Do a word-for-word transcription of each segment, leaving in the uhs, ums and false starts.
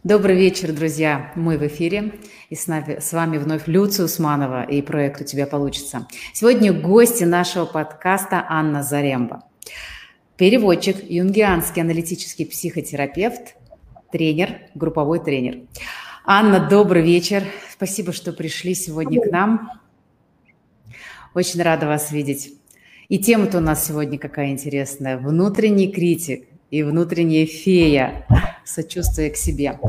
Добрый вечер, друзья! Мы в эфире, и с, нами, с вами вновь Люция Усманова и проект «У тебя получится». Сегодня гости нашего подкаста Анна Заремба. Переводчик, юнгианский аналитический психотерапевт, тренер, групповой тренер. Анна, добрый вечер. Спасибо, что пришли сегодня к нам. Очень рада вас видеть. И тема-то у нас сегодня какая интересная. Внутренний критик и внутренняя фея. Сочувствие к себе.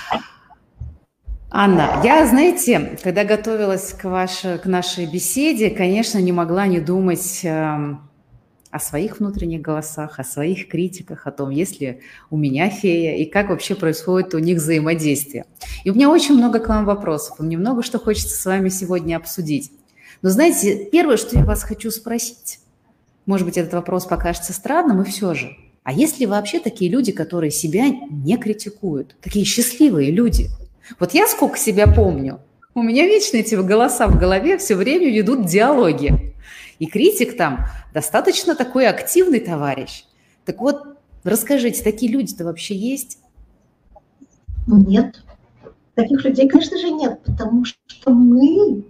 Анна, я, знаете, когда готовилась к, вашей, к нашей беседе, конечно, не могла не думать э, о своих внутренних голосах, о своих критиках, о том, есть ли у меня фея и как вообще происходит у них взаимодействие. И у меня очень много к вам вопросов, у меня много что хочется с вами сегодня обсудить. Но знаете, первое, что я вас хочу спросить, может быть, этот вопрос покажется странным, и все же, а есть ли вообще такие люди, которые себя не критикуют? Такие счастливые люди. Вот я сколько себя помню, у меня вечно эти голоса в голове все время ведут диалоги. И критик там достаточно такой активный товарищ. Так вот, расскажите, такие люди-то вообще есть? Нет. Таких людей, конечно же, нет, потому что мы,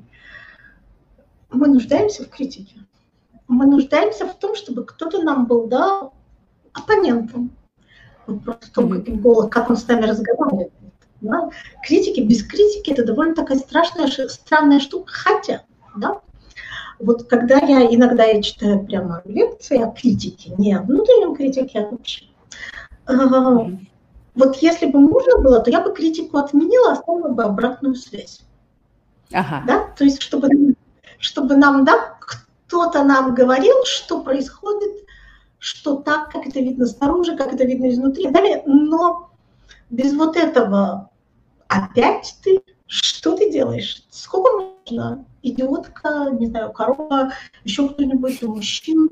мы нуждаемся в критике. Мы нуждаемся в том, чтобы кто-то нам был, да, оппонентом. Вопрос в том, каким голосом, как он с нами разговаривает. Да? Критики, без критики это довольно такая страшная, странная штука. Хотя, да, вот когда я иногда я читаю прямо лекции о критике, не о внутреннем критике, а вообще. Mm-hmm. Вот если бы можно было, то я бы критику отменила, оставила бы обратную связь. Ага. Да? То есть, чтобы, чтобы нам, да, кто-то нам говорил, что происходит, что так, как это видно снаружи, как это видно изнутри, и так далее. Но без вот этого опять ты, что ты делаешь? Сколько можно? Идиотка, не знаю, корова, еще кто-нибудь, мужчин.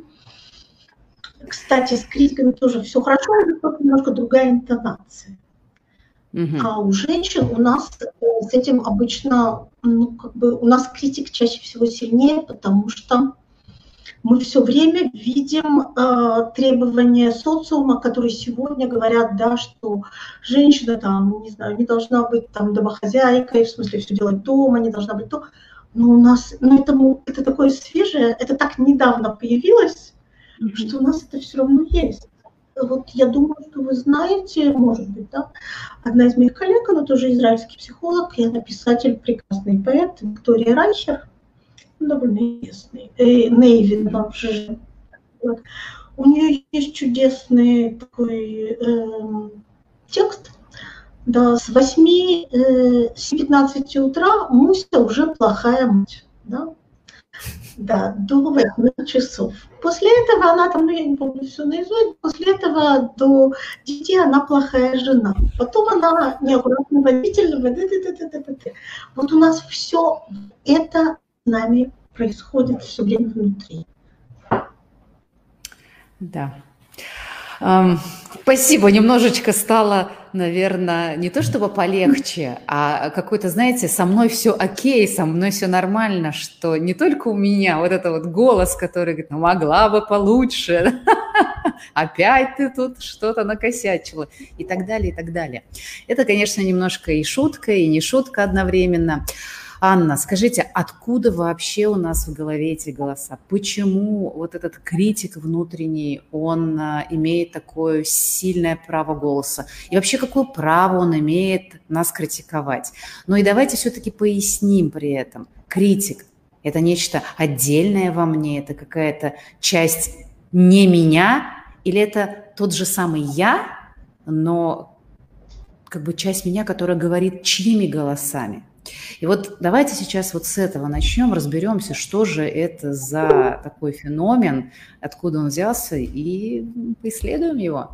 Кстати, с критиками тоже все хорошо, только немножко другая интонация. Mm-hmm. А у женщин у нас с этим обычно, ну, как бы, у нас критик чаще всего сильнее, потому что мы все время видим э, требования социума, которые сегодня говорят, да, что женщина там, не знаю, не должна быть там домохозяйкой, в смысле все делать дома, не должна быть то. Но у нас, ну это, это такое свежее, это так недавно появилось, mm-hmm. что у нас это все равно есть. Вот я думаю, что вы знаете, может быть, да, одна из моих коллег, она тоже израильский психолог, и она писатель, прекрасный поэт Виктория Райхер. Довольно известный, э, Нейвин вообще. Вот. У нее есть чудесный такой э, текст. Да, с восьми, э, с пятнадцати утра Муся уже плохая мать. Да? Да, до восьми часов. После этого она там, ну я не помню все наизусть, после этого до девяти она плохая жена. Потом она неаккуратно водитель. Вот у нас все это с нами происходит все время внутри. Да. Um, спасибо. Немножечко стало, наверное, не то чтобы полегче, а какой-то, знаете, со мной все окей, со мной все нормально, что не только у меня вот это вот голос, который говорит, ну могла бы получше, опять ты тут что-то накосячила и так далее, и так далее. Это, конечно, немножко и шутка, и не шутка одновременно. Анна, скажите, откуда вообще у нас в голове эти голоса? Почему вот этот критик внутренний, он а, имеет такое сильное право голоса? И вообще, какое право он имеет нас критиковать? Ну и давайте все-таки поясним при этом. Критик – это нечто отдельное во мне, это какая-то часть не меня, или это тот же самый я, но как бы часть меня, которая говорит чьими голосами? И вот давайте сейчас вот с этого начнем, разберемся, что же это за такой феномен, откуда он взялся, и поисследуем его.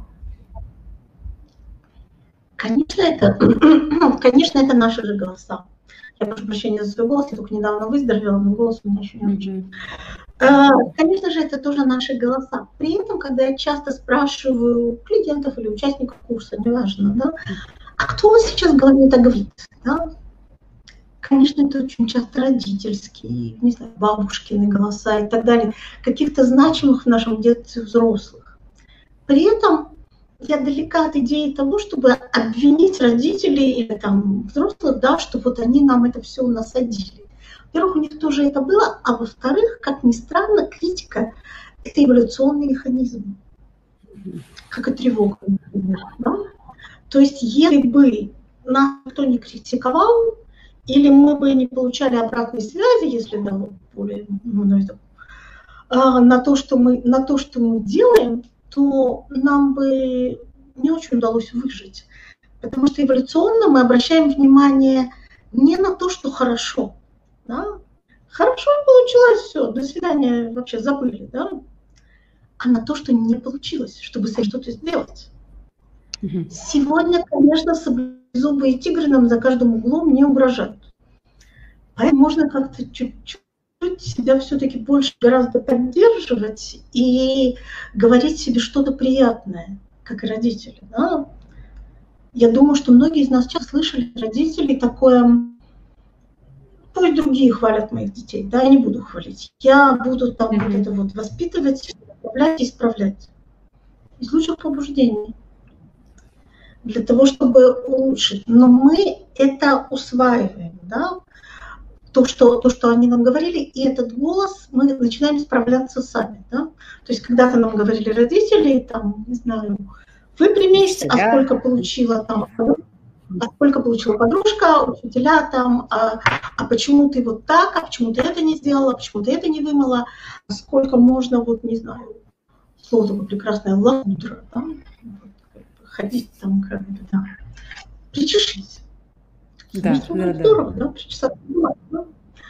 Конечно, это, конечно, это наши же голоса. Я прошу прощения за свой голос, я только недавно выздоровела, но голос у меня еще не очень. Mm-hmm. Конечно же, это тоже наши голоса. При этом, когда я часто спрашиваю клиентов или участников курса, неважно, да, а кто у вас сейчас в голове это говорит, да? Конечно, это очень часто родительские, не знаю, бабушкины голоса и так далее, каких-то значимых в нашем детстве взрослых. При этом я далека от идеи того, чтобы обвинить родителей или там взрослых, да, что вот они нам это все насадили. Во-первых, у них тоже это было, а во-вторых, как ни странно, критика – это эволюционный механизм, как и тревога, например. Да? То есть если бы нас никто не критиковал, или мы бы не получали обратной связи, если да, более, ну, это, а, на, то, что мы, на то, что мы делаем, то нам бы не очень удалось выжить. Потому что эволюционно мы обращаем внимание не на то, что хорошо. Да? Хорошо получилось, все, до свидания, вообще забыли. Да? А на то, что не получилось, чтобы с этим что-то сделать. Mm-hmm. Сегодня, конечно, саблезубые тигры нам за каждым углом не угрожают. Поэтому можно как-то чуть-чуть себя все-таки больше гораздо поддерживать и говорить себе что-то приятное, как и родители. Да? Я думаю, что многие из нас часто слышали родителей такое: пусть другие хвалят моих детей, да, я не буду хвалить. Я буду там mm-hmm. вот это вот воспитывать, направлять и исправлять. Из лучших побуждений. Для того, чтобы улучшить. Но мы это усваиваем, да? То что, то, что они нам говорили, и этот голос мы начинаем справляться сами. Да? То есть когда-то нам говорили родители, там, не знаю, выпрямись, а сколько получила там, а сколько получила подружка, учителя там, а, а почему ты вот так, а почему ты это не сделала, почему ты это не вымыла, а сколько можно, вот, не знаю, слово такое прекрасное, лахудра, да? Ходить там как бы, да, причешись. Да, да, здорово, да, причесаться. Да.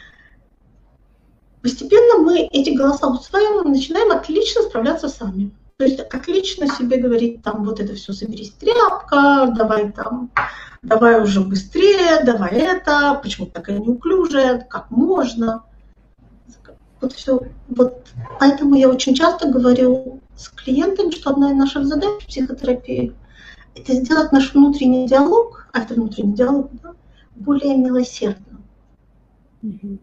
Постепенно мы эти голоса усваиваем, начинаем отлично справляться сами. То есть отлично себе говорить, там, вот это все, соберись, тряпка, давай там, давай уже быстрее, давай это, почему такая неуклюжая, как можно. Вот все. Вот поэтому я очень часто говорю с клиентами, что одна из наших задач в психотерапии – это сделать наш внутренний диалог, а это внутренний диалог, да, более милосердным. Mm-hmm.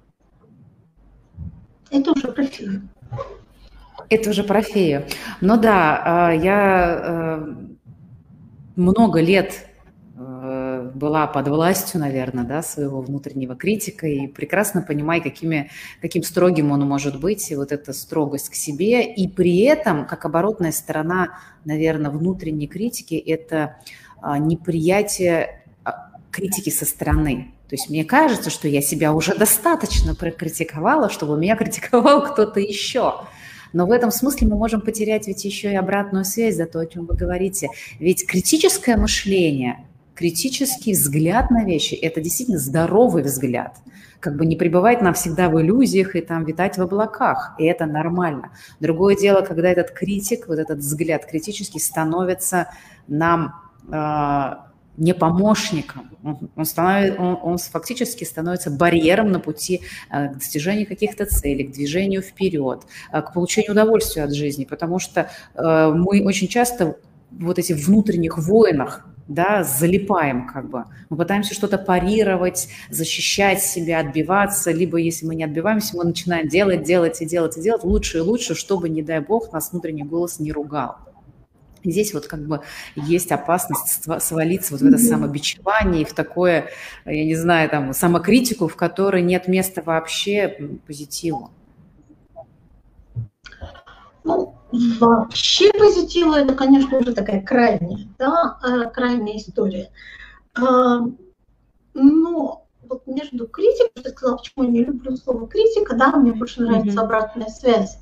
Это уже про фею. Это уже про фею. Ну да, я много лет была под властью, наверное, да, своего внутреннего критика и прекрасно понимаю, какими, каким строгим он может быть, и вот эта строгость к себе. И при этом, как оборотная сторона, наверное, внутренней критики – это неприятие критики со стороны. То есть мне кажется, что я себя уже достаточно прокритиковала, чтобы меня критиковал кто-то еще. Но в этом смысле мы можем потерять ведь еще и обратную связь за то, о чем вы говорите. Ведь критическое мышление, критический взгляд на вещи – это действительно здоровый взгляд. Как бы не пребывать нам всегда в иллюзиях и там витать в облаках. И это нормально. Другое дело, когда этот критик, вот этот взгляд критический становится нам э, не помощником. Он, он, становится, он, он фактически становится барьером на пути э, к достижению каких-то целей, к движению вперед, э, к получению удовольствия от жизни. Потому что э, мы очень часто в вот этих внутренних войнах, да, залипаем как бы. Мы пытаемся что-то парировать, защищать себя, отбиваться, либо если мы не отбиваемся, мы начинаем делать, делать и делать и делать лучше и лучше, чтобы, не дай бог, нас внутренний голос не ругал. И здесь вот как бы есть опасность свалиться вот в это самобичевание и в такое, я не знаю, там, самокритику, в которой нет места вообще позитиву. Ну, вообще позитива – это, конечно, уже такая крайняя, да, крайняя история. Но вот между критикой, я сказала, почему я не люблю слово критика, да, мне больше нравится mm-hmm. обратная связь.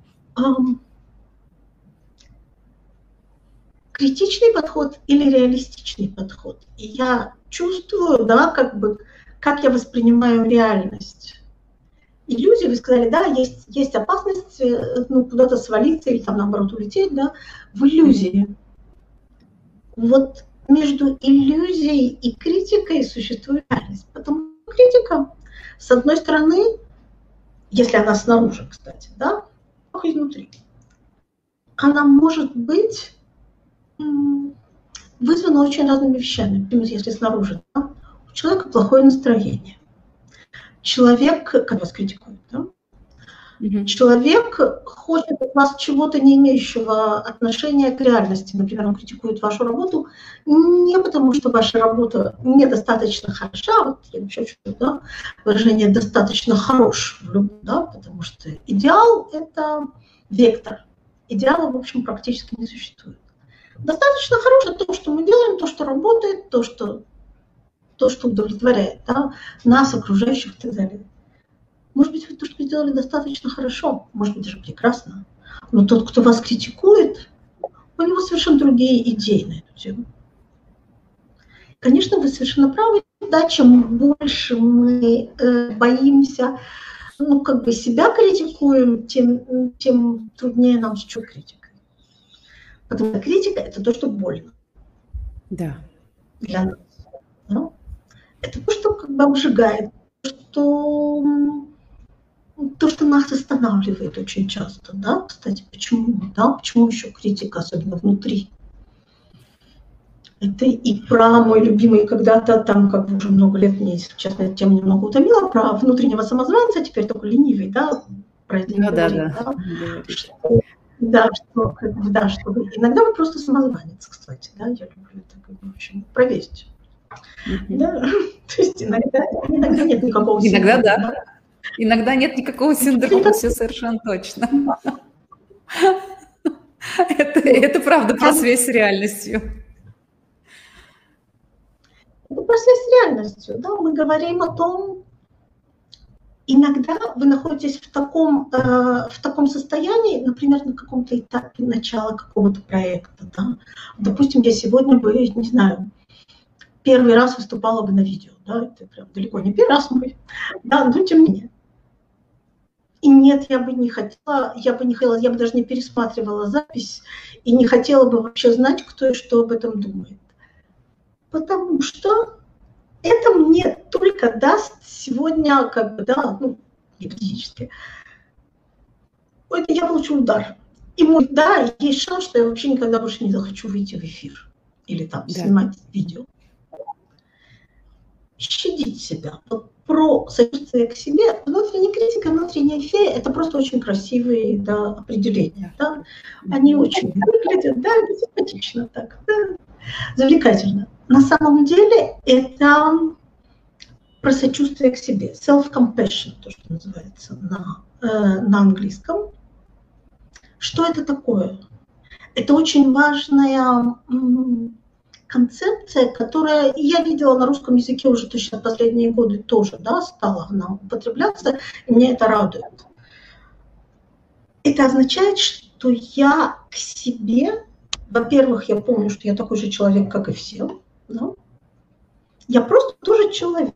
Критичный подход или реалистичный подход. И я чувствую, да, как бы, как я воспринимаю реальность. Иллюзии, вы сказали, да, есть, есть опасность, ну, куда-то свалиться или там, наоборот, улететь, да, в иллюзии. Вот между иллюзией и критикой существует реальность. Потому что критика, с одной стороны, если она снаружи, кстати, да, как изнутри, она может быть вызвана очень разными вещами. Например, если снаружи, да, у человека плохое настроение. Человек, как вас критикует, да, Мгм. Человек хочет от вас чего-то, не имеющего отношения к реальности. Например, он критикует вашу работу не потому, что ваша работа недостаточно хороша, вот я вообще чувствую, да, выражение «достаточно хорош», да, потому что идеал – это вектор. Идеала, в общем, практически не существует. Достаточно хорошо то, что мы делаем, то, что работает, то, что, то, что удовлетворяет, да, нас, окружающих и так далее. Может быть, вы то, что вы сделали, достаточно хорошо, может быть, даже прекрасно. Но тот, кто вас критикует, у него совершенно другие идеи на эту тему. Конечно, вы совершенно правы. Да, чем больше мы э, боимся, ну, как бы себя критикуем, тем, тем труднее нам с чужой критикой. Потому что критика – это то, что больно. Да. Для нас. Да? Это то, что как бы обжигает, что... То, что нас останавливает очень часто, да, кстати, почему, да, почему еще критика, особенно внутри. Это и про мой любимый когда-то, там, как бы уже много лет, мне, если честно, эта тема немного утомила, про внутреннего самозванца, теперь только ленивый, да, про это не Ну, да, говорим, да. да, что, да, что, как бы, да, что вы, иногда вы просто самозванец, кстати, да, я люблю это, как бы, в общем, провесть. Mm-hmm. Да, то есть иногда, иногда нет никакого синдрома. Иногда да. да. Иногда нет никакого синдрома, все совершенно точно. это, это правда про связь с реальностью. Это про связь с реальностью, да, мы говорим о том, иногда вы находитесь в таком, э, в таком состоянии, например, на каком-то этапе начала какого-то проекта, да. Допустим, я сегодня бы, не знаю, первый раз выступала бы на видео, да, это прям далеко не первый раз мой, да, но тем не менее. И нет, я бы не хотела, я бы не хотела, я бы даже не пересматривала запись и не хотела бы вообще знать, кто и что об этом думает. Потому что это мне только даст сегодня, как бы, да, ну, гипотетически, это я получу удар. И мой, да, есть шанс, что я вообще никогда больше не захочу выйти в эфир или там да. снимать видео. Щадить себя. Вот про сочувствие к себе, внутренняя критика, внутренняя фея, это просто очень красивые, да, определения. Да? Они очень выглядят, да, это симпатично так, да, завлекательно. На самом деле это про сочувствие к себе, self-compassion, то, что называется на, э, на английском. Что это такое? Это очень важная м- концепция, которая я видела на русском языке уже точно последние годы тоже, да, стала она употребляться, и меня это радует. Это означает, что я к себе, во-первых, я помню, что я такой же человек, как и все, да? Я просто тоже человек.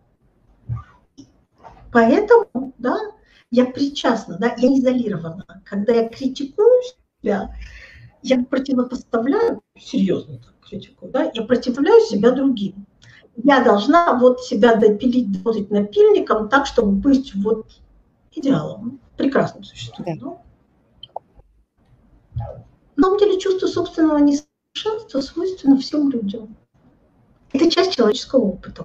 Поэтому, да, я причастна, да, я изолирована. Когда я критикую себя, я противопоставляю, серьезно так критикую, да, я противопоставляю себя другим. Я должна вот себя допилить, допилить напильником так, чтобы быть вот идеалом, прекрасным существом. Да. На самом деле чувство собственного несовершенства свойственно всем людям. Это часть человеческого опыта.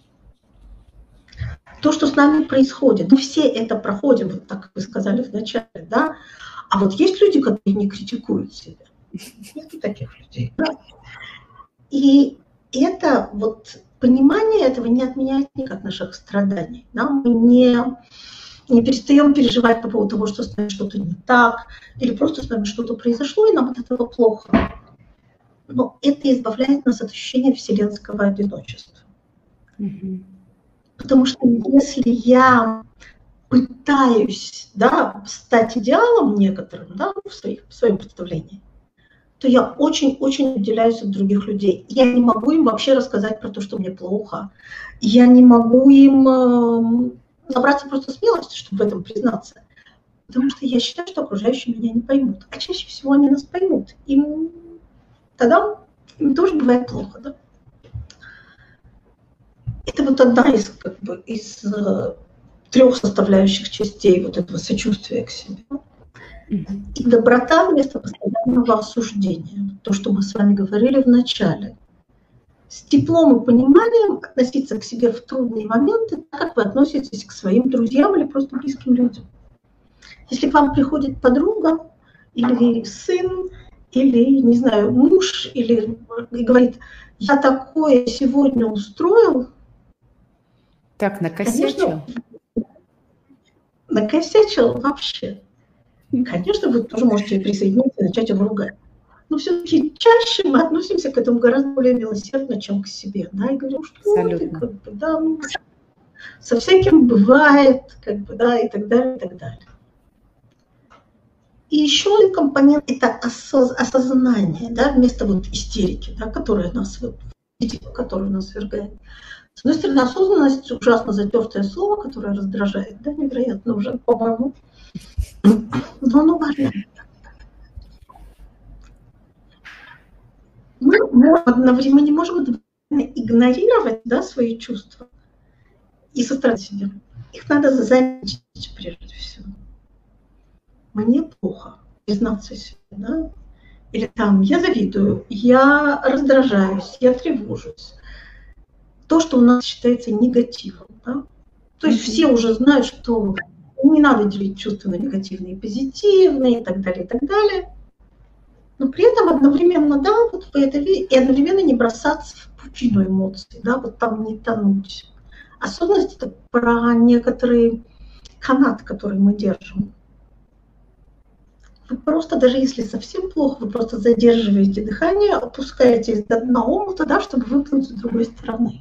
То, что с нами происходит, мы все это проходим, вот так, как вы сказали вначале, да, а вот есть люди, которые не критикуют себя. Нет таких людей. Да? И это вот понимание этого не отменяет никак наших страданий. Да? Мы не, не перестаем переживать по поводу того, что с нами что-то не так, или просто с нами что-то произошло, и нам от этого плохо. Но это избавляет нас от ощущения вселенского одиночества. Mm-hmm. Потому что если я пытаюсь, да, стать идеалом некоторым, да, в, своих, в своем представлении, то я очень-очень отделяюсь от других людей. Я не могу им вообще рассказать про то, что мне плохо. Я не могу им э, набраться просто смелости, чтобы в этом признаться. Потому что я считаю, что окружающие меня не поймут. А чаще всего они нас поймут. Им тогда им тоже бывает плохо, да? Это вот одна из, как бы, из э, трех составляющих частей вот этого сочувствия к себе. И доброта вместо постоянного осуждения. То, что мы с вами говорили в начале. С теплом и пониманием относиться к себе в трудные моменты, так как вы относитесь к своим друзьям или просто близким людям. Если к вам приходит подруга или сын, или, не знаю, муж, или и говорит, я такое сегодня устроил, Так накосячил? конечно, накосячил вообще. Конечно, вы тоже можете присоединиться и начать его ругать. Но все-таки чаще мы относимся к этому гораздо более милосердно, чем к себе. Да, и говорим, что ты, как бы, да, ну, со всяким бывает, как бы, да, и так далее, и так далее. И еще один компонент – это осоз, осознание, да, вместо вот истерики, да, которая нас, которая нас свергает. С одной стороны, осознанность – ужасно затертое слово, которое раздражает, да, невероятно уже, по-моему. Но оно важно. Мы, мы не можем одновременно игнорировать, да, свои чувства и сострадать себе. Их надо заметить прежде всего. Мне плохо, признаться себе, да? Или там, я завидую, я раздражаюсь, я тревожусь. То, что у нас считается негативом, да? То есть все уже знают, что не надо делить чувства на негативные и позитивные, и так далее, и так далее. Но при этом одновременно, да, вот в это, и одновременно не бросаться в пучину эмоций, да, вот там не тонуть. Особенность это про некоторый канат, который мы держим. Вы просто, даже если совсем плохо, вы просто задерживаете дыхание, опускаетесь до дна омута, да, чтобы выплыть с другой стороны.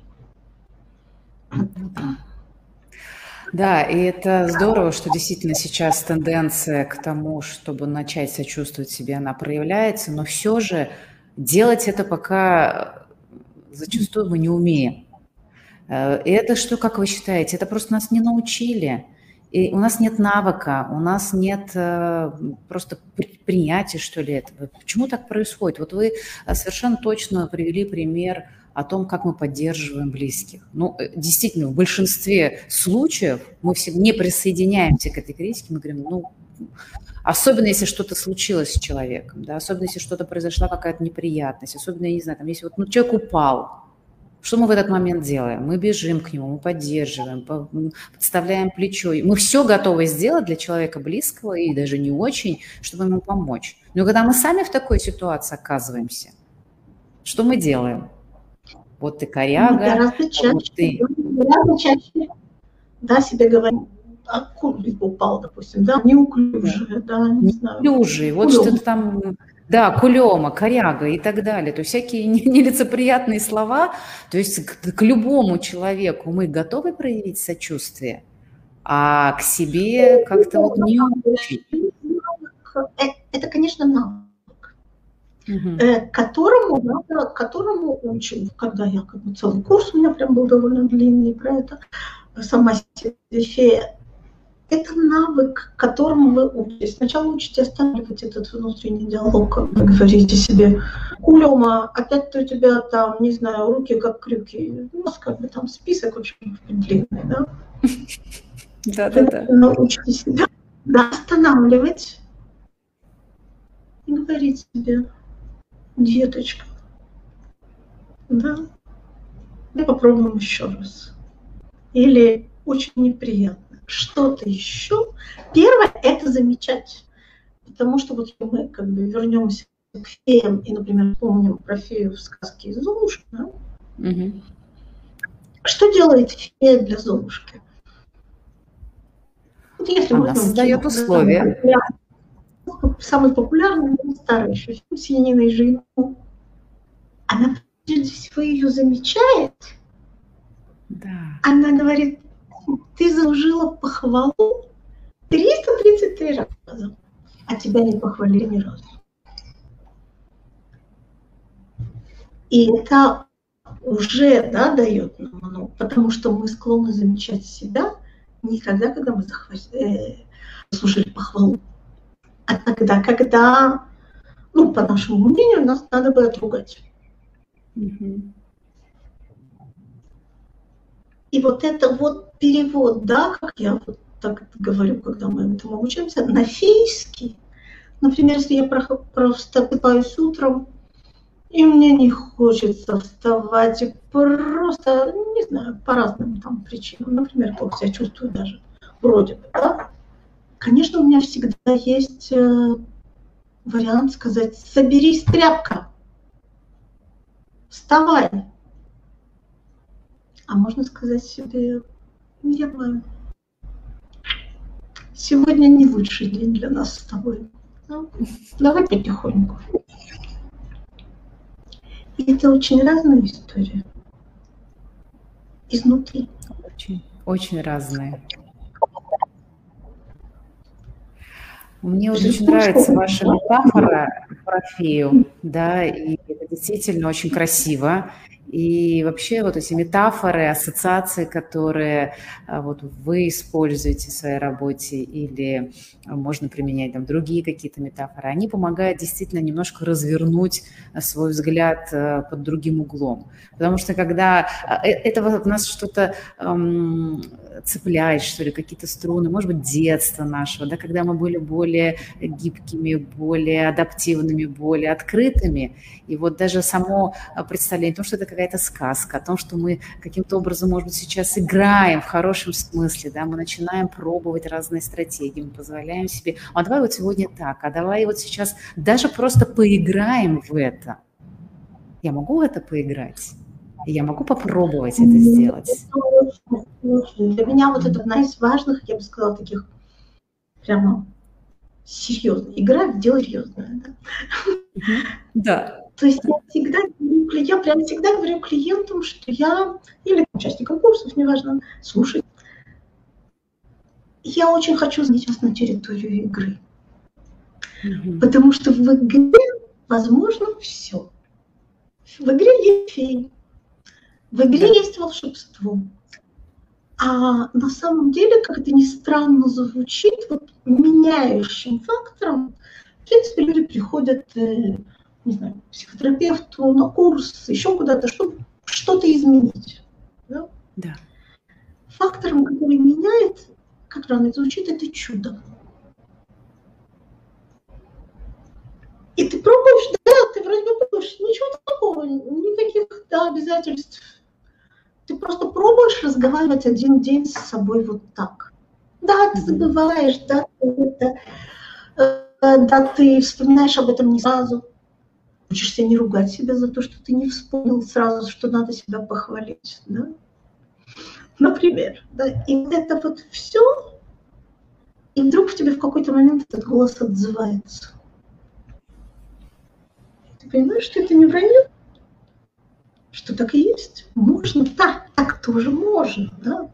Да, и это здорово, что действительно сейчас тенденция к тому, чтобы начать сочувствовать себе, она проявляется, но все же делать это пока зачастую мы не умеем. И это что, как вы считаете, это просто нас не научили? И у нас нет навыка, у нас нет просто принятия, что ли, этого. Почему так происходит? Вот вы совершенно точно привели пример о том, как мы поддерживаем близких. Ну, действительно, в большинстве случаев мы все не присоединяемся к этой критике, мы говорим, ну, особенно если что-то случилось с человеком, да, особенно если что-то произошла, какая-то неприятность, особенно, я не знаю, там, если вот, ну, человек упал, что мы в этот момент делаем? Мы бежим к нему, мы поддерживаем, подставляем плечо. Мы все готовы сделать для человека близкого и даже не очень, чтобы ему помочь. Но когда мы сами в такой ситуации оказываемся, что мы делаем? Вот ты коряга. Гораздо чаще, вот ты... гораздо чаще, да, себе говорим, а кулик упал, допустим, да, неуклюжие, да, не знаю. Неуклюжие, вот что-то там, да, кулема, коряга и так далее. То есть всякие нелицеприятные слова. То есть к, к любому человеку мы готовы проявить сочувствие, а к себе как-то вот не учить. Это, конечно, навык. Uh-huh. Которому надо, которому учим, когда я как бы целый курс у меня прям был довольно длинный про это, сама себе фея. Это навык, которому вы учитесь. Сначала учите останавливать этот внутренний диалог, как вы говорите себе, кулема, опять у тебя там, не знаю, руки как крюки, у нас как бы там список очень длинный, да? Да-да-да. Научите себя останавливать и говорить себе, деточка, да, мы попробуем еще раз. Или очень неприятно. Что-то еще. Первое – это замечать. Потому что вот мы как бы вернемся к феям и, например, помним про фею в сказке из Золушки. Да? Угу. Что делает фея для Золушки? Вот если Она создает кино, условия. Да, самый популярный, старый еще фильм с Яниной Жириновой. Она прежде всего ее замечает. Да. Она говорит, ты заслужила похвалу триста тридцать три раза, а тебя не похвалили ни разу. И это уже, да, дает нам много, потому что мы склонны замечать себя не тогда, когда мы захватили, заслужили похвалу, а тогда, когда, ну, по нашему мнению, нас надо бы отругать. Mm-hmm. И вот это вот перевод, да, как я вот так говорю, когда мы этому учимся, на фейский. Например, если я просыпаюсь утром, и мне не хочется вставать, и просто, не знаю, по разным там причинам. Например, плохо себя чувствую даже, вроде бы, да. Конечно, у меня всегда есть э, вариант сказать: соберись, тряпка, вставай. А можно сказать себе: Ева, сегодня не лучший день для нас с тобой. Ну, давай потихоньку. И это очень разная история. Изнутри. Очень, очень разные. Мне вот очень нравится ваша метафора про фею, да, и это действительно очень красиво. И вообще вот эти метафоры, ассоциации, которые вот вы используете в своей работе или можно применять там другие какие-то метафоры, они помогают действительно немножко развернуть свой взгляд под другим углом. Потому что когда это в нас что-то эм, цепляет, что ли, какие-то струны, может быть, детства нашего, да, когда мы были более гибкими, более адаптивными, более открытыми. И вот даже само представление о том, что это какая-то сказка, о том, что мы каким-то образом, может быть, сейчас играем в хорошем смысле, да, мы начинаем пробовать разные стратегии, мы позволяем себе, а давай вот сегодня так, а давай вот сейчас даже просто поиграем в это. Я могу в это поиграть? Я могу попробовать это сделать? Для меня вот это одна из важных, я бы сказала, таких прямо серьезных. Игра в дело серьезное. Да. Да. То есть я всегда, я прям всегда говорю клиентам, что я, или участникам курсов, неважно, слушай, я очень хочу занять вас на территорию игры. Mm-hmm. Потому что в игре возможно все. В игре есть феи, в игре да. есть волшебство. А на самом деле, как это ни странно звучит, вот меняющим фактором, в принципе, люди приходят, не знаю, к психотерапевту, на курс, еще куда-то, чтобы что-то изменить. Да? Да. Фактором, который меняет, как рано это звучит, это чудо. И ты пробуешь, да, ты вроде бы пробуешь, ничего такого, никаких да, обязательств. Ты просто пробуешь разговаривать один день с собой вот так. Да, ты забываешь, да, ты, это, да, ты вспоминаешь об этом не сразу. Учишься не ругать себя за то, что ты не вспомнил сразу, что надо себя похвалить, да? Например, да, и вот это вот все, и вдруг в тебе в какой-то момент этот голос отзывается. Ты понимаешь, что это не вранье? Что так и есть? Можно так, так тоже можно, да?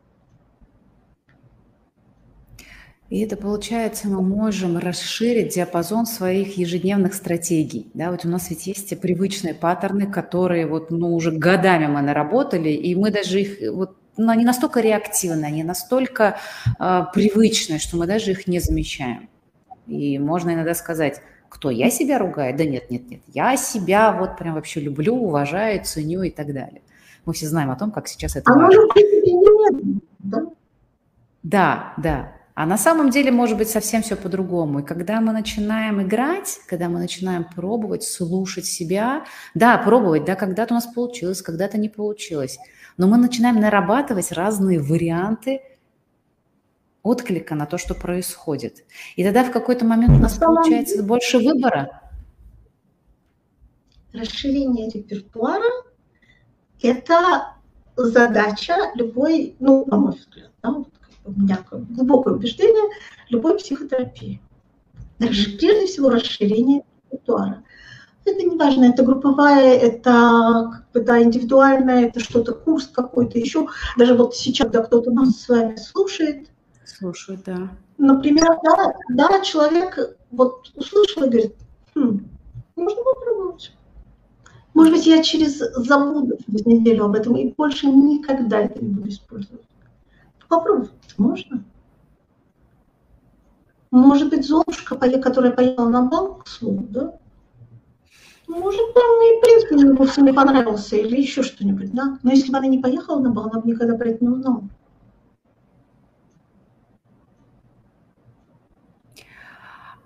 И это, получается, мы можем расширить диапазон своих ежедневных стратегий. Да, вот у нас ведь есть те привычные паттерны, которые вот, ну, уже годами мы наработали, и мы даже их, вот, ну, они настолько реактивны, они настолько э, привычные, что мы даже их не замечаем. И можно иногда сказать, кто, я себя ругаю? Да нет, нет, нет, я себя вот прям вообще люблю, уважаю, ценю и так далее. Мы все знаем о том, как сейчас это а важно. Может, да? Да, да. А на самом деле может быть совсем все по-другому. И когда мы начинаем играть, когда мы начинаем пробовать, слушать себя, да, пробовать, да, когда-то у нас получилось, когда-то не получилось, но мы начинаем нарабатывать разные варианты отклика на то, что происходит. И тогда в какой-то момент у нас получается больше выбора. Расширение репертуара – это задача любой, ну, на мой взгляд, да, вот у меня глубокое убеждение любой психотерапии. Прежде всего расширение репертуара. Это не важно, это групповая, это как бы, да, индивидуальная, это что-то, курс какой-то еще. Даже вот сейчас, когда кто-то нас с вами слушает, Слушаю, да. например, да, да, человек вот услышал и говорит, хм, можно попробовать. Может быть, я через забуду через неделю об этом и больше никогда это не буду использовать. Попробовать можно. Может быть, Золушка, которая поехала на бал к слову, да? Может, там и принц мне вовсе не понравился или еще что-нибудь, да? Но если бы она не поехала на бал, она бы никогда про это не узнала.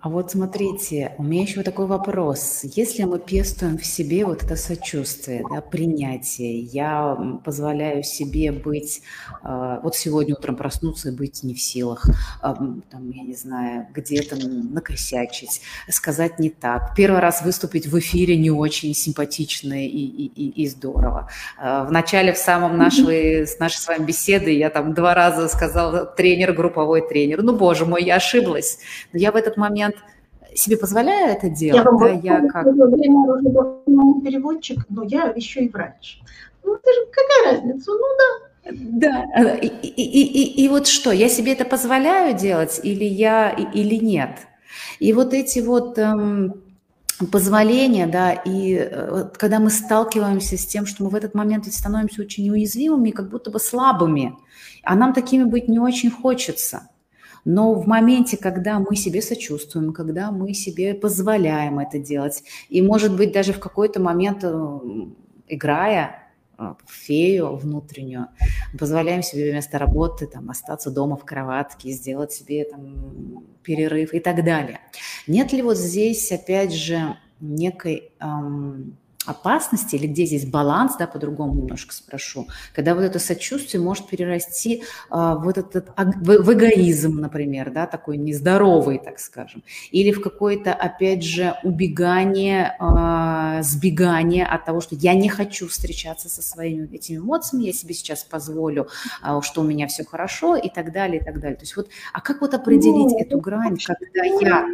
А вот смотрите, у меня еще вот такой вопрос. Если мы пестуем в себе вот это сочувствие, да, принятие, я м, позволяю себе быть, э, вот сегодня утром проснуться и быть не в силах, а, м, там, я не знаю, где-то м, накосячить, сказать не так, первый раз выступить в эфире не очень симпатично и, и, и, и здорово. Э, В начале, в самом нашей, с нашей с вами беседы я там два раза сказала тренер, групповой тренер. Ну, боже мой, я ошиблась. Но я в этот момент себе позволяю это Я делать, вам да, говорю, я в как... свое время уже был переводчик, но я еще и врач. Ну, это же какая разница? Ну да. Да, э, и, и, и, и, и вот что, я себе это позволяю делать или я, и- или нет? И вот эти вот эм, позволения, да, и э, вот когда мы сталкиваемся с тем, что мы в этот момент ведь становимся очень уязвимыми, как будто бы слабыми, а нам такими быть не очень хочется. Но в моменте, когда мы себе сочувствуем, когда мы себе позволяем это делать, и, может быть, даже в какой-то момент, э, играя э, в фею внутреннюю, позволяем себе вместо работы там, остаться дома в кроватке, сделать себе там, перерыв и так далее. Нет ли вот здесь, опять же, некой эм, опасности, или где здесь баланс, да, по-другому немножко спрошу, когда вот это сочувствие может перерасти а, в этот, этот аг- в, в эгоизм, например, да, такой нездоровый, так скажем, или в какое-то, опять же, убегание, а, сбегание от того, что я не хочу встречаться со своими этими эмоциями, я себе сейчас позволю, а, что у меня все хорошо, и так далее, и так далее. То есть вот, а как вот определить Ну, эту грань, когда я...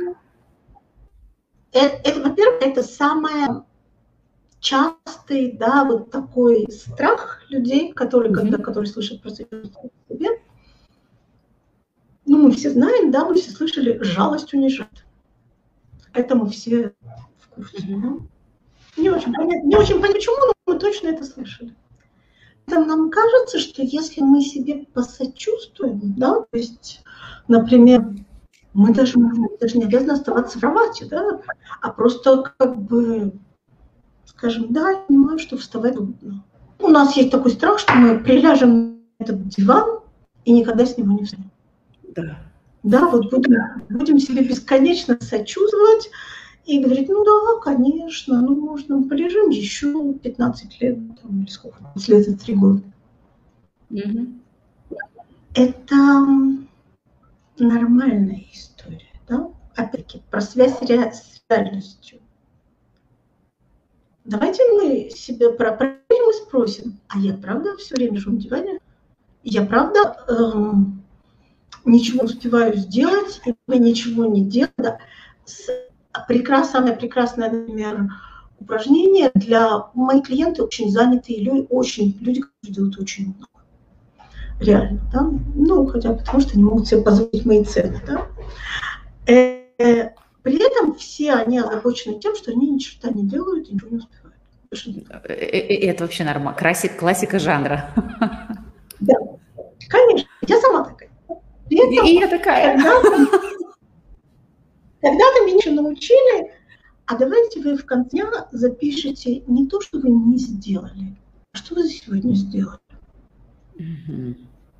это, это, во-первых, это самое частый, да, вот такой страх людей, которые, когда, Мгм. которые слышат про сочувствие к себе. Ну, мы все знаем, да, мы все слышали, жалость унижает. Это мы все в курсе. Мгм. Да? Не очень понятно, не очень понятно, почему, но мы точно это слышали. Поэтому нам кажется, что если мы себе посочувствуем, да, то есть, например, мы даже, мы даже не обязаны оставаться в кровати, да, а просто как бы скажем, да, я понимаю, что вставать трудно. У нас есть такой страх, что мы приляжем на этот диван и никогда с него не встанем. Да. Да, вот будем, будем себе бесконечно сочувствовать и говорить, ну да, конечно, ну можно, полежим еще пятнадцать лет, там, или сколько, пятнадцать лет это три года. Мгм. Это нормальная история, да? Опять-таки, про связь с реальностью. Давайте мы себе проверим и спросим, а я правда все время лежу на диване? Я правда эм, ничего не успеваю сделать, и ничего не делаю? Да. Прекрас, самое прекрасное, например, упражнение для моих клиентов очень занятые люди, очень, люди, которые делают очень много. Реально, да? Ну, хотя потому что они могут себе позволить мои цены, да? Э, при этом все они озабочены тем, что они ни черта не делают и ничего не успевают. Э, э, Это вообще нормально. Классик, классика жанра. Да, конечно, я сама такая. При этом, И я такая. когда-то, когда-то меня еще научили, а давайте вы в конце дня запишите не то, что вы не сделали, а что вы сегодня сделали. Мгм.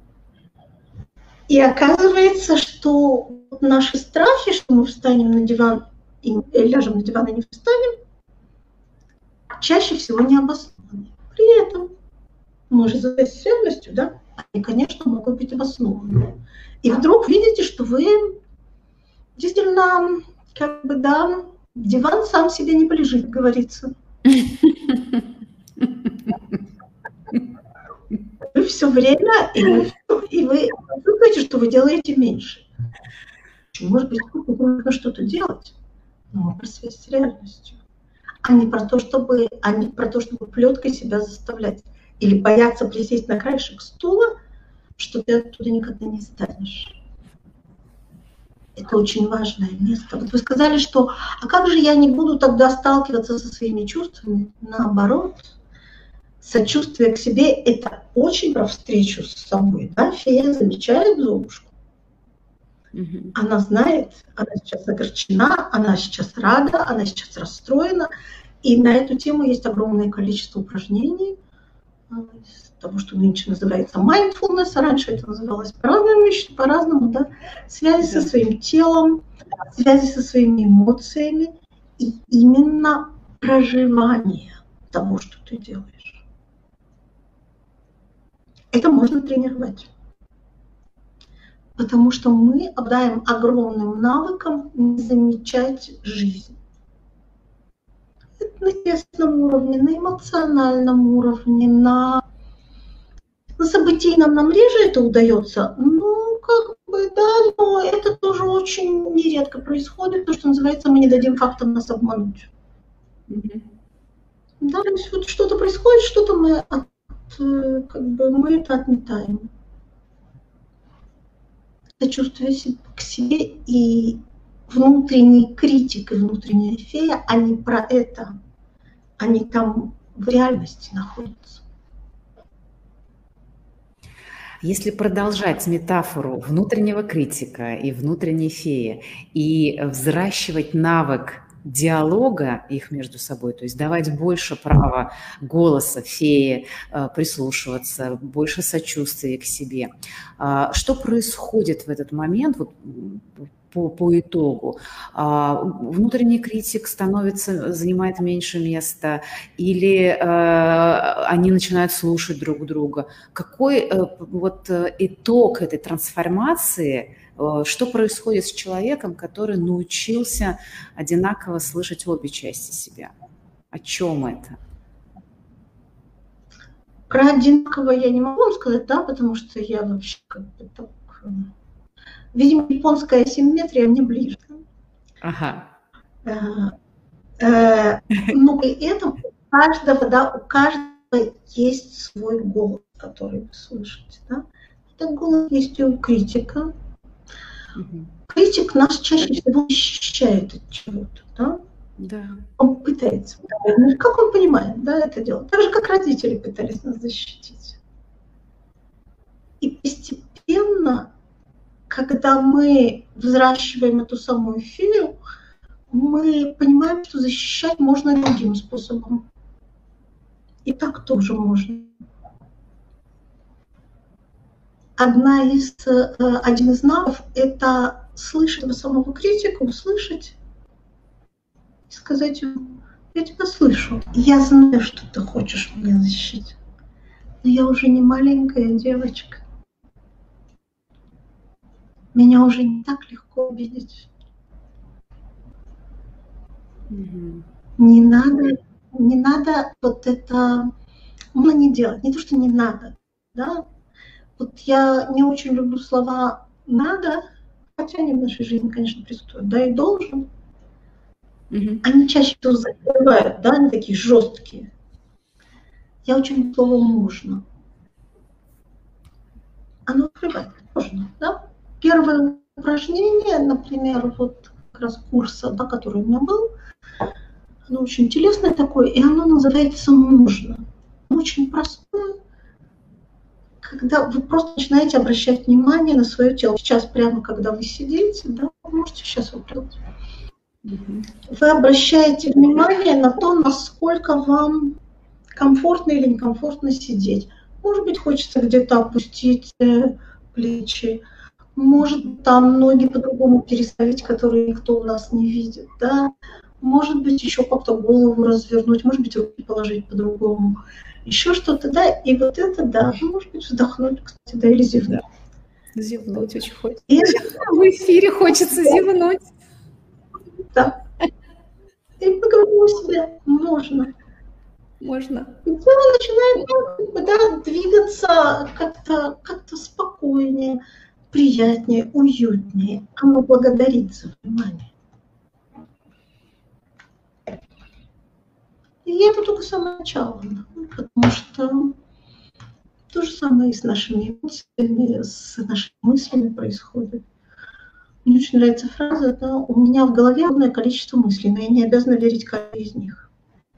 И оказывается, что наши страхи, что мы встанем на диван и ляжем на диван и не встанем, чаще всего не обоснованы. При этом, может, за с реальностью, да, они, конечно, могут быть обоснованы. И вдруг видите, что вы действительно, как бы, да, диван сам себе не полежит, как говорится. Вы все время, и вы, и вы чувствуете, что вы делаете меньше. Может быть, нужно что-то делать, но про связь с реальностью. А не про то, чтобы, а не про то, чтобы плеткой себя заставлять. Или бояться присесть на краешек стула, что ты оттуда никогда не встанешь. Это очень важное место. Вот вы сказали, что а как же я не буду тогда сталкиваться со своими чувствами? Наоборот, сочувствие к себе – это очень про встречу с собой. Да? Фея замечает Золушку. Мгм. Она знает, она сейчас огорчена, она сейчас рада, она сейчас расстроена. И на эту тему есть огромное количество упражнений. из того, что нынче называется mindfulness, а раньше это называлось по-разному, по-разному, да, связи да. со своим телом, связи со своими эмоциями и именно проживание того, что ты делаешь. Это можно тренировать. Потому что мы обладаем огромным навыком не замечать жизнь. Это на телесном уровне, на эмоциональном уровне, на, на событийном нам реже это удается. Ну, как бы, да, но это тоже очень нередко происходит, то, что называется, мы не дадим фактам нас обмануть. Mm-hmm. Да, то есть вот что-то происходит, что-то мы, от, как бы, мы это отметаем. Сочувствие к себе и внутренний критик и внутренняя фея, они про это, они там в реальности находятся. Если продолжать метафору внутреннего критика и внутренней феи и взращивать навык диалога их между собой, то есть давать больше права голоса феи, прислушиваться, больше сочувствия к себе. Что происходит в этот момент вот, по, по итогу? Внутренний критик становится, занимает меньше места или они начинают слушать друг друга? Какой вот итог этой трансформации? Что происходит с человеком, который научился одинаково слышать обе части себя? О чем это? Про одинаково я не могу вам сказать, да, потому что я вообще как бы так... Видимо, японская асимметрия мне ближе. Ага. Но при этом у каждого, да, у каждого есть свой голос, который вы слышите, да. Этот голос есть и у критика. Угу. Критик нас чаще всего защищает от чего-то, да? Да. Он пытается. Как он понимает, да, это дело? Так же, как родители пытались нас защитить. И постепенно, когда мы взращиваем эту самую фею, мы понимаем, что защищать можно другим способом. И так тоже можно. Одна из, один из навыков – это слышать этого самого критика, услышать и сказать ему: я тебя слышу, я знаю, что ты хочешь меня защитить, но я уже не маленькая девочка. Меня уже не так легко обидеть. Mm-hmm. Не надо, не надо вот это, можно не делать, не то, что не надо, да. Вот я не очень люблю слова «надо», хотя они в нашей жизни, конечно, присутствуют, да, и «должен». Mm-hmm. Они чаще всего закрывают, да, они такие жесткие. Я очень люблю слово «можно». Оно открывает, можно, да. Первое упражнение, например, вот как раз курса, да, который у меня был, оно очень интересное такое, и оно называется «можно». Оно очень простое. Когда вы просто начинаете обращать внимание на свое тело. Сейчас прямо когда вы сидите, да, вы можете сейчас вот делать. Mm-hmm. Вы обращаете внимание на то, насколько вам комфортно или некомфортно сидеть. Может быть, хочется где-то опустить плечи, может там ноги по-другому переставить, которые никто у нас не видит, да. Может быть, еще как-то голову развернуть, может быть, руки положить по-другому. Еще что-то, да, и вот это, да, может быть, вздохнуть, кстати, да, или зевнуть. Зевнуть очень хочется. И в эфире хочется зевнуть. Да. И поговорим себе, можно. Можно. И тело начинает, да, двигаться как-то, как-то спокойнее, приятнее, уютнее. Оно благодарит за внимание. И это только самое начало, потому что то же самое и с нашими эмоциями, с нашими мыслями происходит. Мне очень нравится фраза, да, у меня в голове огромное количество мыслей, но я не обязана верить каждой из них.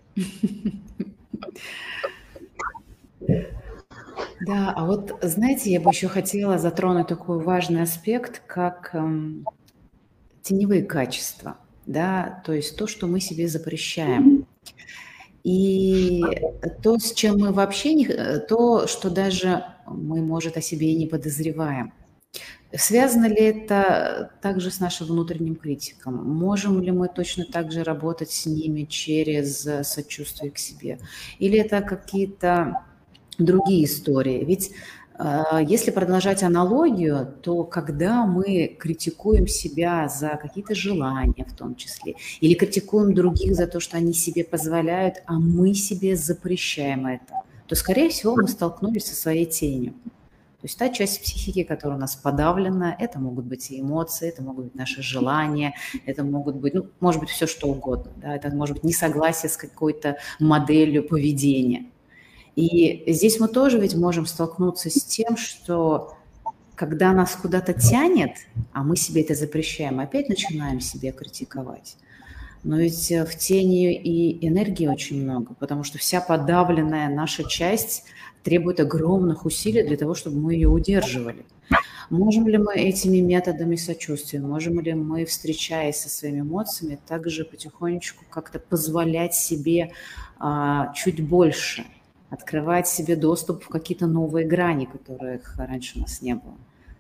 Да, а вот, знаете, я бы еще хотела затронуть такой важный аспект, как эм, теневые качества, да, то есть то, что мы себе запрещаем. И то, с чем мы вообще не... То, что даже мы, может, о себе и не подозреваем. Связано ли это также с нашим внутренним критиком? Можем ли мы точно так же работать с ними через сочувствие к себе? Или это какие-то другие истории? Ведь если продолжать аналогию, то когда мы критикуем себя за какие-то желания в том числе, или критикуем других за то, что они себе позволяют, а мы себе запрещаем это, то, скорее всего, мы столкнулись со своей тенью. То есть та часть психики, которая у нас подавлена, это могут быть и эмоции, это могут быть наши желания, это могут быть, ну, может быть, все что угодно. Да? Это может быть несогласие с какой-то моделью поведения. И здесь мы тоже ведь можем столкнуться с тем, что когда нас куда-то тянет, а мы себе это запрещаем, опять начинаем себя критиковать. Но ведь в тени и энергии очень много, потому что вся подавленная наша часть требует огромных усилий для того, чтобы мы ее удерживали. Можем ли мы этими методами сочувствия, можем ли мы, встречаясь со своими эмоциями, также потихонечку как-то позволять себе а, чуть больше, открывать себе доступ в какие-то новые грани, которых раньше у нас не было?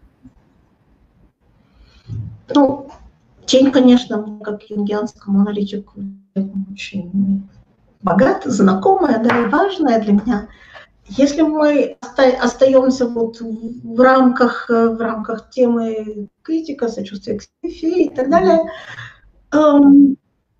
Ну, тень, конечно, как юнгианскому аналитику, очень богатая, знакомая, да, и важная для меня. Если мы остаемся вот в рамках, в рамках темы критика, сочувствия к себе и так далее, эм,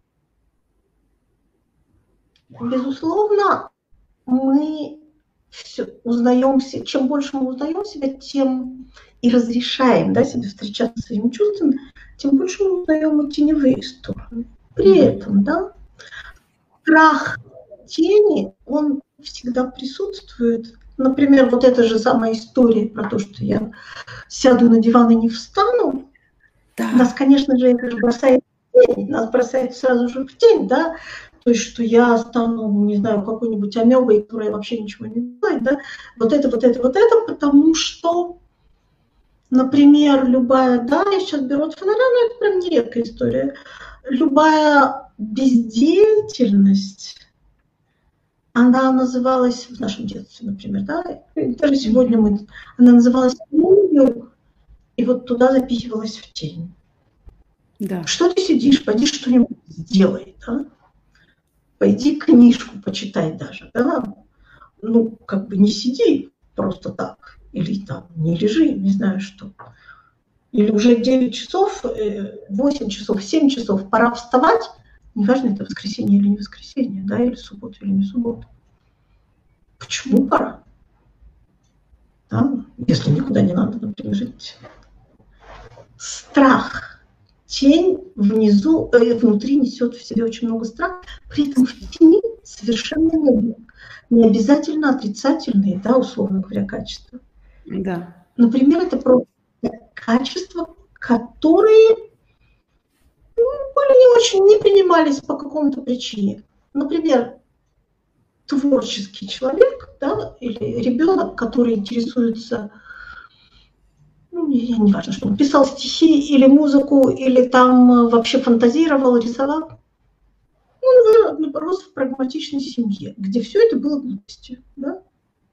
безусловно, мы все узнаем, чем больше мы узнаем себя, тем и разрешаем, да, себе встречаться со своими чувствами, тем больше мы узнаем и теневые стороны. При этом, да, страх тени, он всегда присутствует. Например, вот эта же самая история про то, что я сяду на диван и не встану, да. Нас, конечно же, это же бросает в тень, нас бросает сразу же в тень, да, то есть, что я стану, не знаю, какой-нибудь амебой, которая вообще ничего не делает, да, вот это, вот это, вот это, потому что, например, любая, да, я сейчас беру от фонаря, но это прям нередкая история, любая бездеятельность, она называлась в нашем детстве, например, да, даже сегодня мы, она называлась тенью, и вот туда запихивалась в тень. Да. Что ты сидишь, пойди что-нибудь сделай, да? Пойди книжку почитай даже, да? Ну, как бы не сиди просто так, или там не лежи, не знаю что. Или уже девять часов, восемь часов, семь часов, пора вставать, неважно, это воскресенье или не воскресенье, да, или суббота или не суббота. Почему пора? Да? Если никуда не надо, например, жить. Страх. Тень внизу, э, внутри несет в себе очень много страха, при этом в тени совершенно не, не обязательно отрицательные, да, условно говоря, качества. Да. Например, это просто качества, которые ну, были не очень не принимались по какому-то причине. Например, творческий человек, да, или ребенок, который интересуется, ну, не, не важно, что он писал стихи или музыку, или там вообще фантазировал, рисовал. Он рос в прагматичной семье, где все это было глупостью. Да?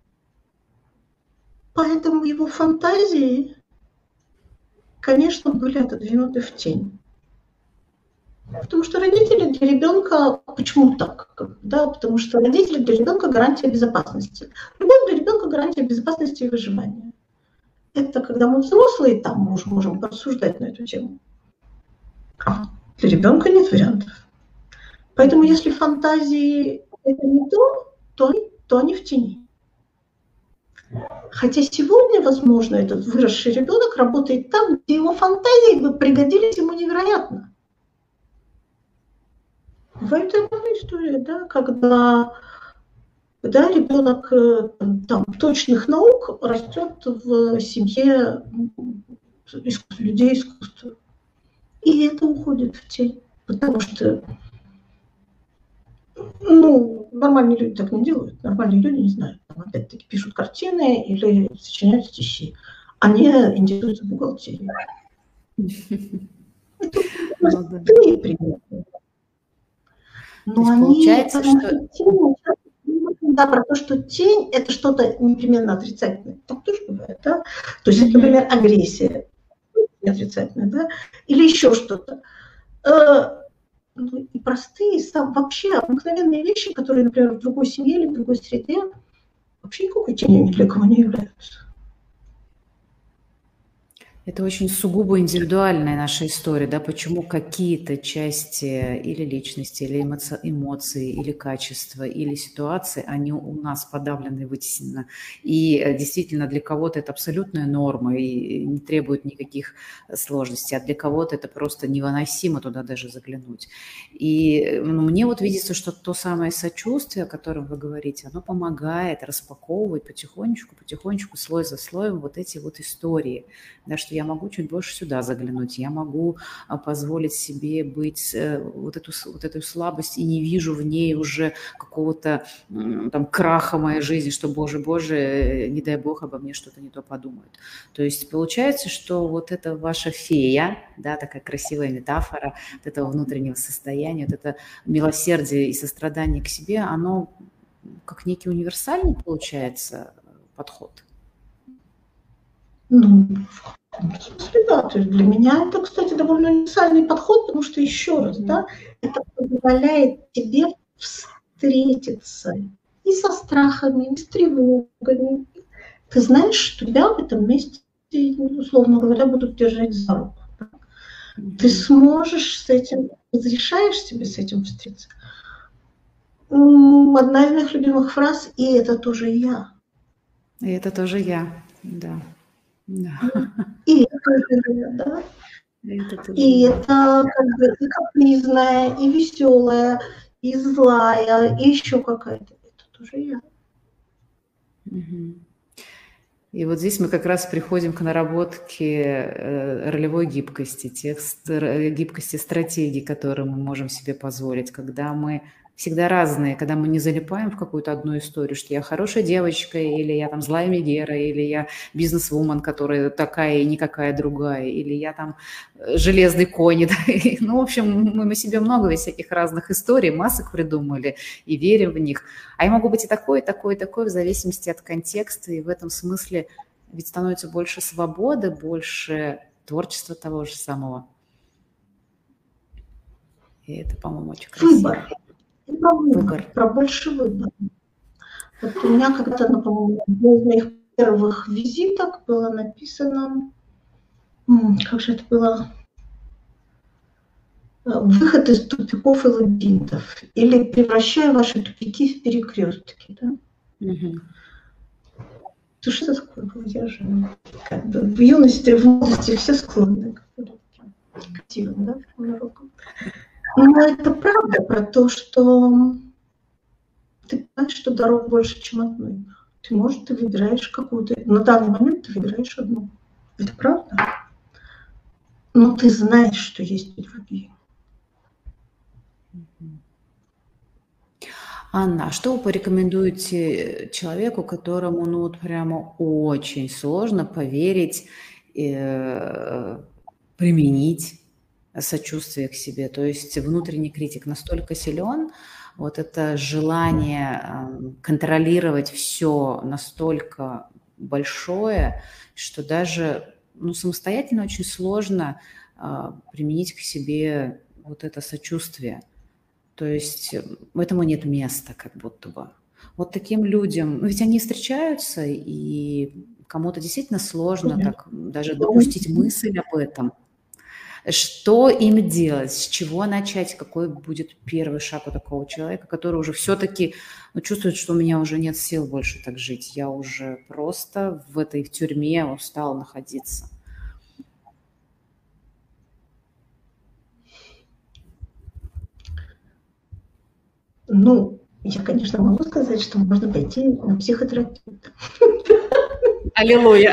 Поэтому его фантазии, конечно, были отодвинуты в тень. Потому что родители для ребенка, почему так? Да, потому что родители для ребенка гарантия безопасности. Любовь для ребенка гарантия безопасности и выживания. Это когда мы взрослые, там мы уже можем порассуждать на эту тему. А для ребенка нет вариантов. Поэтому если фантазии это не то, то, то они в тени. Хотя сегодня, возможно, этот выросший ребенок работает там, где его фантазии бы пригодились ему невероятно. Бывает такая история, да, когда, когда ребенок там, точных наук растет в семье искусства, людей искусства. И это уходит в тень. Потому что ну, нормальные люди так не делают. Нормальные люди, не знаю, там, опять-таки пишут картины или сочиняют стихи. Они интересуются бухгалтерией. Это примеры. То Но есть они, получается, потому что что тень, да, про то, что тень– это что-то непременно отрицательное. Так тоже бывает, да? То есть, Мгм. например, агрессия отрицательная, да? Или еще что-то. Э, ну, и простые, сам, вообще обыкновенные вещи, которые, например, в другой семье или в другой среде, вообще никакой тенью ни для кого не являются. Это очень сугубо индивидуальная наша история, да, почему какие-то части или личности, или эмоци- эмоции, или качества, или ситуации, они у нас подавлены, вытеснены. И э, действительно для кого-то это абсолютная норма и не требует никаких сложностей, а для кого-то это просто невыносимо туда даже заглянуть. И э, ну, мне вот видится, что то самое сочувствие, о котором вы говорите, оно помогает распаковывать потихонечку, потихонечку, слой за слоем вот эти вот истории, да, что я могу чуть больше сюда заглянуть, я могу а, позволить себе быть э, вот, эту, вот эту слабость и не вижу в ней уже какого-то м, там краха моей жизни, что, боже, боже, э, не дай бог обо мне что-то не то подумают. То есть получается, что вот эта ваша фея, да, такая красивая метафора вот этого внутреннего состояния, вот это милосердие и сострадание к себе, оно как некий универсальный, получается, подход. Ну, в смысле, да, то есть для меня это, кстати, довольно универсальный подход, потому что, еще раз, да, это позволяет тебе встретиться и со страхами, и с тревогами. Ты знаешь, что тебя в этом месте, условно говоря, будут держать за руку. Ты сможешь с этим, разрешаешь себе с этим встретиться. Одна из моих любимых фраз, и это тоже я. И это тоже я, да. Да. И это тоже я, да. Это тоже И я. это как бы и капризная, и веселая, и злая, и еще какая-то. Это тоже я. Угу. И вот здесь мы как раз приходим к наработке ролевой гибкости, тех гибкости стратегий, которые мы можем себе позволить, когда мы всегда разные, когда мы не залипаем в какую-то одну историю, что я хорошая девочка, или я там злая Мегера, или я бизнес-вумен, которая такая и никакая другая, или я там железный конь. Да? Ну, в общем, мы на себе много ведь всяких разных историй, масок придумали и верим в них. А я могу быть и такой, и такой, и такой, в зависимости от контекста, и в этом смысле ведь становится больше свободы, больше творчества того же самого. И это, по-моему, очень красиво. Выбор. И про выбор, Выбор. про больше выбора. Вот у меня когда-то, по-моему, одна из моих первых визиток было написано, как же это было, выход из тупиков и лабиринтов, или превращая ваши тупики в перекрестки. Да? Угу. То что такое было? Я же как бы в юности, в молодости все склонны к активам, да, но это правда про то, что ты понимаешь, что дорог больше, чем одной. Ты, может, ты выбираешь какую-то, на данный момент ты выбираешь одну. Это правда. Но ты знаешь, что есть и другие. Анна, а что вы порекомендуете человеку, которому ну вот прямо очень сложно поверить, э, применить сочувствие к себе? То есть внутренний критик настолько силен, вот это желание э, контролировать все настолько большое, что даже ну, самостоятельно очень сложно э, применить к себе вот это сочувствие. То есть этому нет места, как будто бы. Вот таким людям, ну ведь они встречаются, и кому-то действительно сложно так даже допустить мысль об этом. Что им делать, с чего начать, какой будет первый шаг у такого человека, который уже все-таки ну, чувствует, что у меня уже нет сил больше так жить, я уже просто в этой в тюрьме устала находиться. Ну, я, конечно, могу сказать, что можно пойти на психотерапевта. Аллилуйя!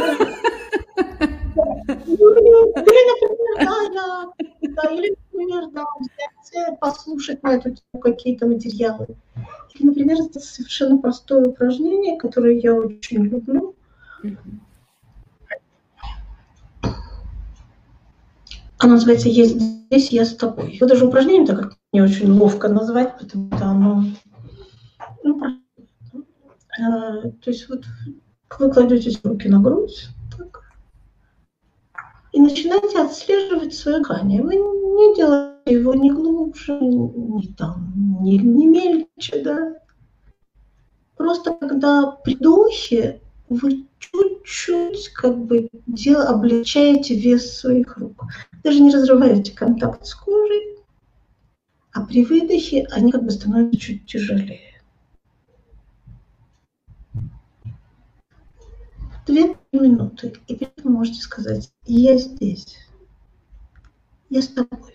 Или, например, да, да, или, например, да, взять, послушать на эту тему какие-то материалы. Или, например, это совершенно простое упражнение, которое я очень люблю. Она называется «Я здесь, я с тобой». Вот даже упражнение так как не очень ловко назвать, потому что оно... Ну, то есть вот вы кладете руки на грудь так, и начинаете отслеживать свое дыхание. Вы не делаете его ни глубже, ни, там, ни, ни мельче, да. Просто когда при вдохе вы чуть-чуть как бы дел, облегчаете вес своих рук. Даже не разрываете контакт с кожей, а при выдохе они как бы становятся чуть тяжелее. Две минуты, и при этом можете сказать: я здесь, я с тобой.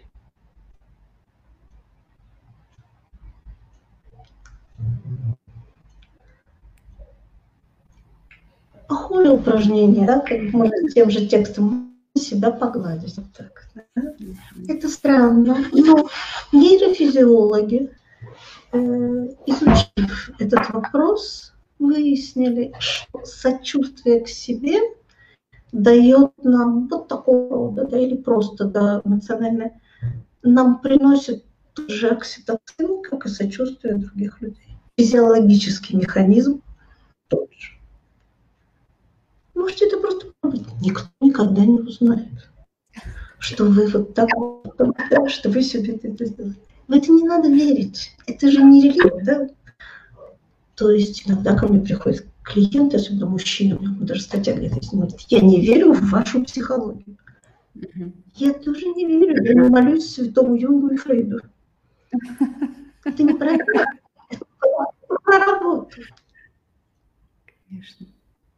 Похожее упражнение, да, как можно тем же текстом себя погладить. Вот так, да? Это странно, но нейрофизиологи, э, изучив этот вопрос, выяснили, что сочувствие к себе дает нам вот такого рода, да, или просто да, эмоционально, нам приносит тот же окситоцин, как и сочувствие других людей. Физиологический механизм тот же. Можете это просто пробовать. Никто никогда не узнает, что вы вот так, да, что вы себе это сделали. В это не надо верить. Это же не религия, да? То есть иногда ко мне приходят клиенты, особенно мужчины, у меня даже статья где-то есть, говорит: я не верю в вашу психологию. Mm-hmm. Я тоже не верю, я не молюсь святому Юнгу и Фрейду. Это неправильно. Это про работу. Конечно.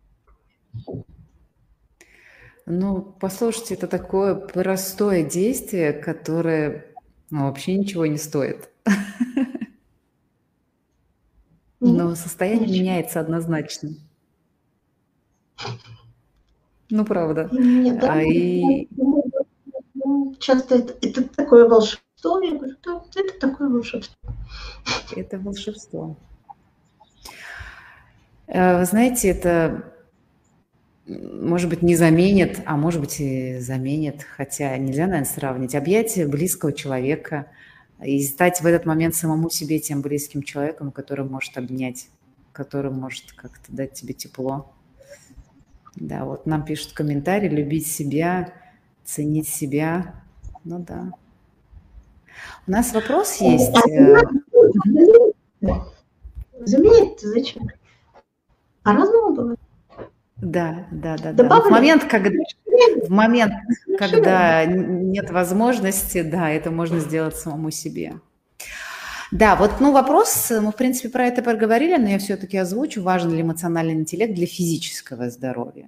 Ну, послушайте, это такое простое действие, которое ну, вообще ничего не стоит. Но состояние Ничего. меняется однозначно. Ну, правда. Нет, да, а и... Часто это, это такое волшебство. Я говорю: да, это такое волшебство. Это волшебство. Вы знаете, это, может быть, не заменит, а может быть, и заменит, хотя нельзя, наверное, сравнить объятия близкого человека и стать в этот момент самому себе тем близким человеком, который может обнять, который может как-то дать тебе тепло. Да, вот нам пишут комментарии: любить себя, ценить себя. Ну да. У нас вопрос есть. Заменить зачем? По-разному бывает. Да, да, да, да. В момент, когда, в момент, когда нет возможности, да, это можно сделать самому себе. Да, вот, ну, вопрос, мы, в принципе, про это проговорили, но я все-таки озвучу, важен ли эмоциональный интеллект для физического здоровья?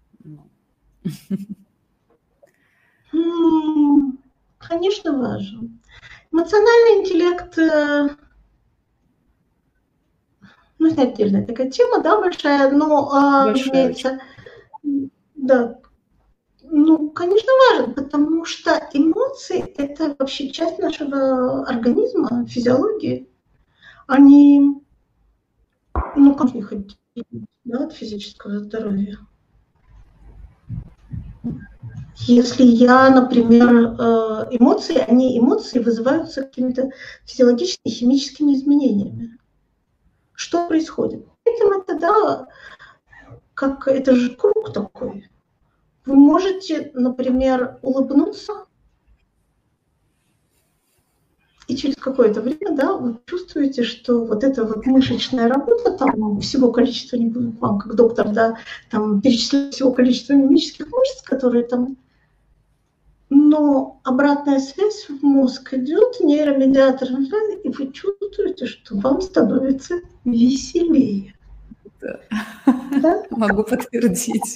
Конечно, важен. Эмоциональный интеллект, ну, это отдельная такая тема, да, большая, но, разумеется, да, ну, конечно, важен, потому что эмоции – это вообще часть нашего организма, физиологии. Они, ну, как не хотят, да, от физического здоровья. Если я, например, эмоции, они эмоции вызываются какими-то физиологическими, химическими изменениями. Что происходит? Этим это, да, как это же круг такой. Вы можете, например, улыбнуться, и через какое-то время, да, вы чувствуете, что вот эта вот мышечная работа, там всего количества, не буду вам как доктор, да, там перечислять всего количества мимических мышц, которые там, но обратная связь в мозг идет, нейромедиатор, и вы чувствуете, что вам становится веселее. Да. Да? Могу подтвердить.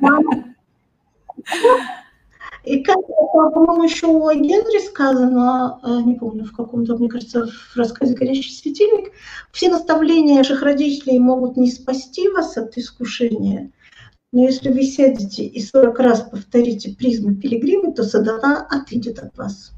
И как, по-моему, еще у Генри сказано, не помню, в каком-то, мне кажется, в рассказе «Горящий светильник», все наставления ваших родителей могут не спасти вас от искушения, но если вы сядете и сорок раз повторите призмы пилигрима, то сатана отведет от вас.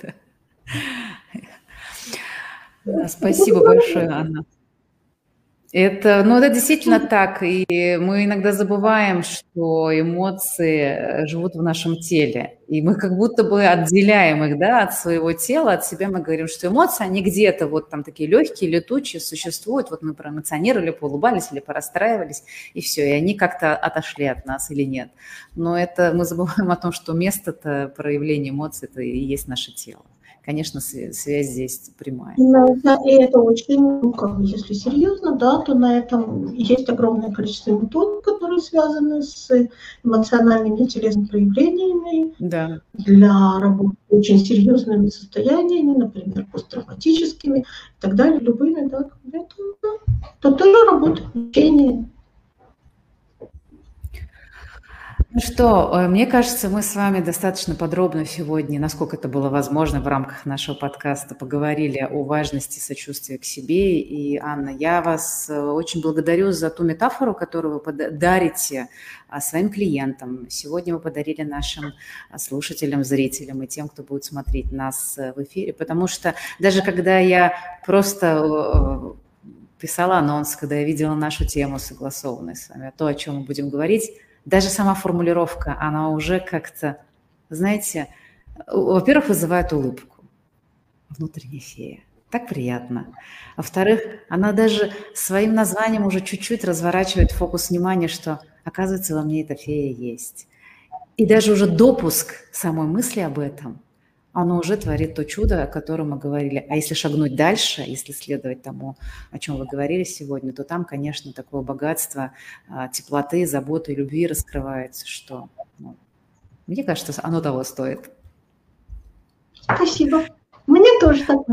Да. Спасибо большое, Анна. Это, ну, это действительно так, и мы иногда забываем, что эмоции живут в нашем теле, и мы как будто бы отделяем их, да, от своего тела, от себя. Мы говорим, что эмоции, они где-то вот там такие легкие, летучие, существуют, вот мы проэмоционировали, поулыбались или порастраивались, и все, и они как-то отошли от нас или нет. Но это мы забываем о том, что место-то проявления эмоций – это и есть наше тело. Конечно, связь здесь прямая. Да, и это очень, ну, как бы, если серьезно, да, то на этом есть огромное количество метод, которые связаны с эмоциональными и телесными проявлениями, да. Для работы с очень серьезными состояниями, например, посттравматическими и так далее, любыми, да, это, это тоже работа, лечение. Ну что, мне кажется, мы с вами достаточно подробно сегодня, насколько это было возможно в рамках нашего подкаста, поговорили о важности сочувствия к себе. И, Анна, я вас очень благодарю за ту метафору, которую вы дарите своим клиентам. Сегодня вы подарили нашим слушателям, зрителям и тем, кто будет смотреть нас в эфире. Потому что даже когда я просто писала анонс, когда я видела нашу тему согласованную с вами, то, о чем мы будем говорить, даже сама формулировка, она уже как-то, знаете, во-первых, вызывает улыбку. Внутренняя фея. Так приятно. Во-вторых, она даже своим названием уже чуть-чуть разворачивает фокус внимания, что, оказывается, во мне эта фея есть. И даже уже допуск самой мысли об этом, оно уже творит то чудо, о котором мы говорили. А если шагнуть дальше, если следовать тому, о чем вы говорили сегодня, то там, конечно, такое богатство теплоты, заботы и любви раскрывается, что, ну, мне кажется, оно того стоит. Спасибо. Мне тоже так.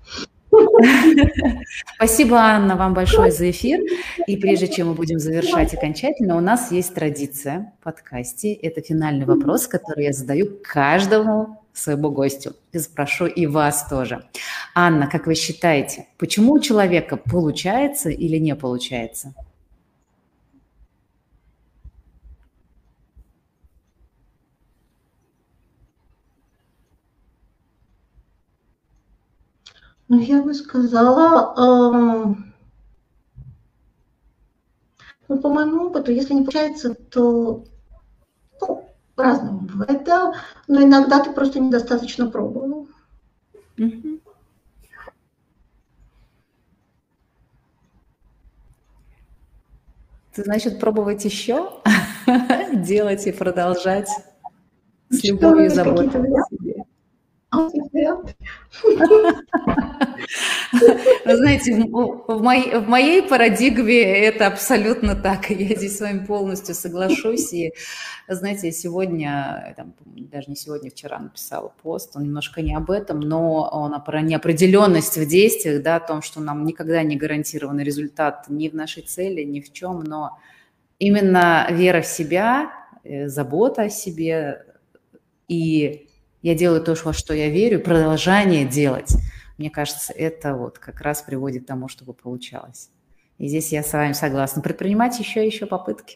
Спасибо, Анна, вам большое за эфир. И прежде чем мы будем завершать окончательно, у нас есть традиция в подкасте. Это финальный вопрос, который я задаю каждому своему гостю. И спрошу и вас тоже. Анна, как вы считаете, почему у человека получается или не получается? Ну, я бы сказала, э, ну, по моему опыту, если не получается, то, ну, по-разному бывает, да, но иногда ты просто недостаточно пробовал. Mm-hmm. Значит, пробовать еще, делать и продолжать с любовью и заботой о себе. Вы знаете, в моей, в моей парадигме это абсолютно так. Я здесь с вами полностью соглашусь. И, знаете, я сегодня, там, даже не сегодня, вчера написала пост, он немножко не об этом, но он про неопределенность в действиях, да, о том, что нам никогда не гарантирован результат ни в нашей цели, ни в чем, но именно вера в себя, забота о себе и я делаю то, во что я верю, продолжание делать. Мне кажется, это вот как раз приводит к тому, чтобы получалось. И здесь я с вами согласна. Предпринимать еще и еще попытки.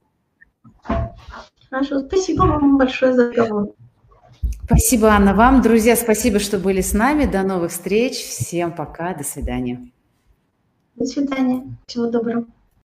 Хорошо, спасибо вам большое за разговор. Спасибо, Анна, вам. Друзья, спасибо, что были с нами. До новых встреч. Всем пока. До свидания. До свидания. Всего доброго.